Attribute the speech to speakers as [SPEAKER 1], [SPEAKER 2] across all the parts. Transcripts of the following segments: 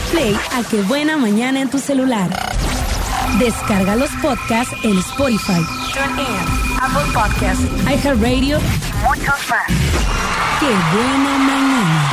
[SPEAKER 1] play a Qué Buena Mañana en tu celular. Descarga los podcasts en Spotify, TuneIn, Apple Podcasts, iHeartRadio y muchos más. ¡Qué buena mañana!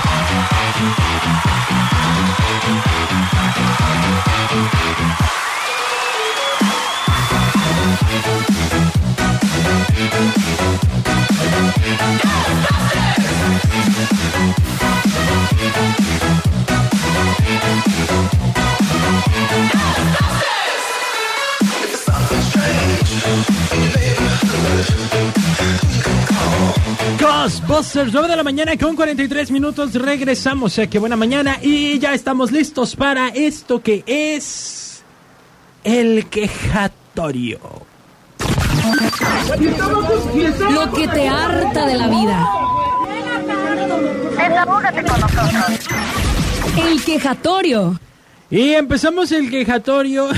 [SPEAKER 2] Ghostbusters, 9 de la mañana con 43 minutos. Regresamos a Qué Buena Mañana y ya estamos listos para esto que es el quejatorio.
[SPEAKER 1] Lo que te harta de la vida.
[SPEAKER 3] Desahógate con nosotros.
[SPEAKER 1] El quejatorio.
[SPEAKER 2] Y empezamos el quejatorio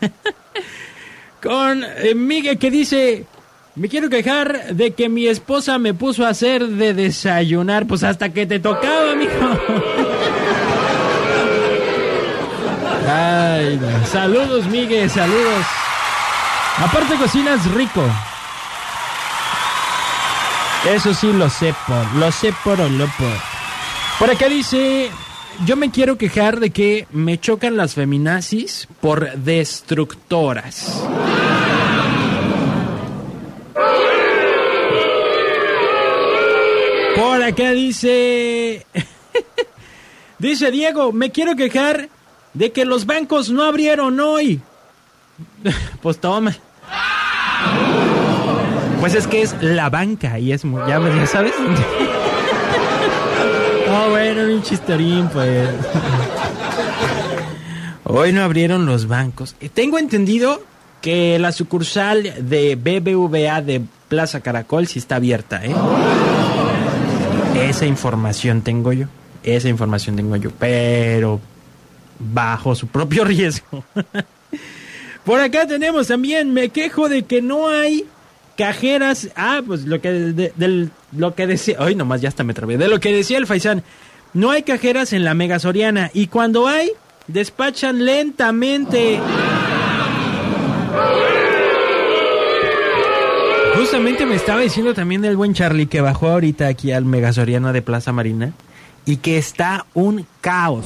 [SPEAKER 2] con Miguel, que dice: me quiero quejar de que mi esposa me puso a hacer de desayunar. Pues hasta que te tocaba, mijo. Ay, no. Saludos, Miguel, saludos. Aparte cocinas rico. Eso sí lo sé por o lo por. Por acá dice: yo me quiero quejar de que me chocan las feminazis por destructoras. Por acá dice... dice Diego: me quiero quejar de que los bancos no abrieron hoy. Pues toma. Pues es que es la banca y es muy... ya sabes. Oh, bueno, un chistorín, pues. Hoy no abrieron los bancos. Tengo entendido que la sucursal de BBVA de Plaza Caracol sí está abierta, ¿eh? Esa información tengo yo, pero bajo su propio riesgo. Por acá tenemos también: me quejo de que no hay cajeras. Pues lo que lo que decía, hoy nomás ya hasta me trabé. De lo que decía el Faisán: no hay cajeras en la Mega Soriana y cuando hay, despachan lentamente. Justamente me estaba diciendo también el buen Charlie que bajó ahorita aquí al Mega Soriana de Plaza Marina y que está un caos.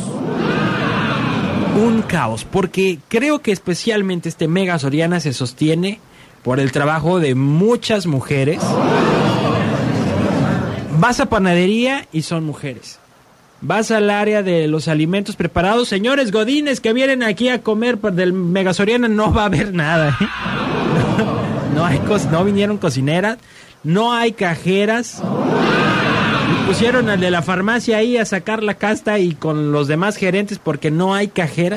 [SPEAKER 2] Un caos, porque creo que especialmente este Mega Soriana se sostiene por el trabajo de muchas mujeres. Vas a panadería y son mujeres. Vas al área de los alimentos preparados. Señores godines que vienen aquí a comer del Mega Soriana, no va a haber nada, ¿eh? No vinieron cocineras, no hay cajeras. Y pusieron al de la farmacia ahí a sacar la casta y con los demás gerentes porque no hay cajeras.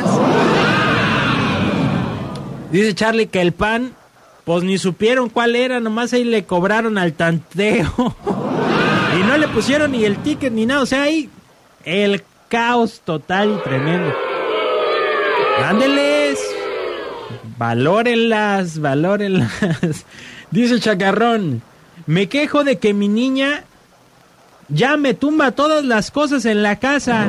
[SPEAKER 2] Dice Charlie que el pan, pues ni supieron cuál era, nomás ahí le cobraron al tanteo. Y no le pusieron ni el ticket ni nada, o sea, ahí el caos total y tremendo. Ándeles. Valórenlas. Dice Chacarrón: me quejo de que mi niña ya me tumba todas las cosas en la casa.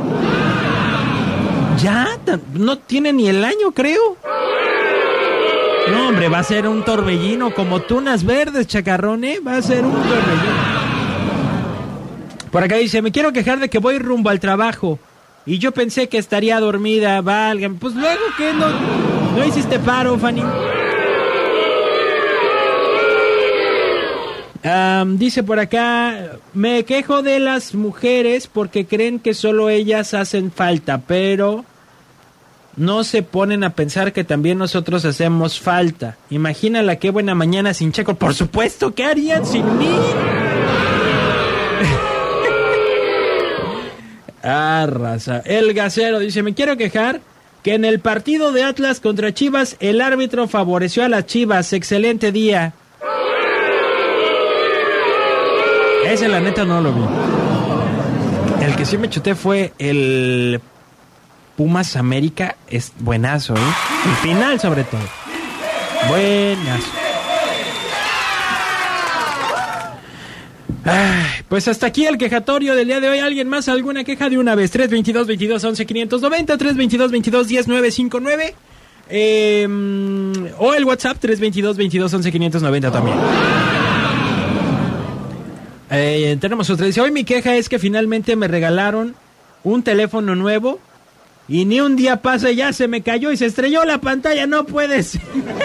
[SPEAKER 2] Ya, no tiene ni el año, creo. No, hombre, va a ser un torbellino como tunas verdes, Chacarrón, ¿eh? Va a ser un torbellino. Por acá dice: me quiero quejar de que voy rumbo al trabajo y yo pensé que estaría dormida. Válgame, pues luego que no hiciste paro, Fanny. Dice por acá: me quejo de las mujeres porque creen que solo ellas hacen falta, pero no se ponen a pensar que también nosotros hacemos falta. Imagínala Qué Buena Mañana sin Checo. Por supuesto, ¿qué harían sin mí? Raza. El Gacero dice: me quiero quejar que en el partido de Atlas contra Chivas el árbitro favoreció a las Chivas. Excelente día. Ese la neta no lo vi. El que sí me chuté fue el Pumas América. Es buenazo, ¿eh? El final sobre todo. Buenazo. Ay, pues hasta aquí el quejatorio del día de hoy. ¿Alguien más? ¿Alguna queja? De una vez. 322-22-11-590, 322-22-10-959. O el WhatsApp 322-22-11-590 también. Tenemos otra. Dice, hoy mi queja es que finalmente me regalaron un teléfono nuevo y ni un día pasa y ya se me cayó y se estrelló la pantalla. No puede ser.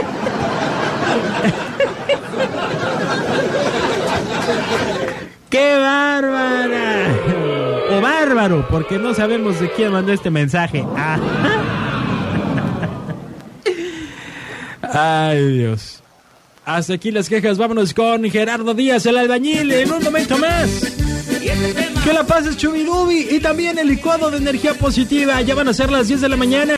[SPEAKER 2] ¡Qué bárbara! O bárbaro, porque no sabemos de quién mandó este mensaje. Ay, Dios. Hasta aquí las quejas. Vámonos con Gerardo Díaz, el albañil, en un momento más. Que la pases, Chubidubi. Y también el licuado de energía positiva. Ya van a ser las 10 de la mañana.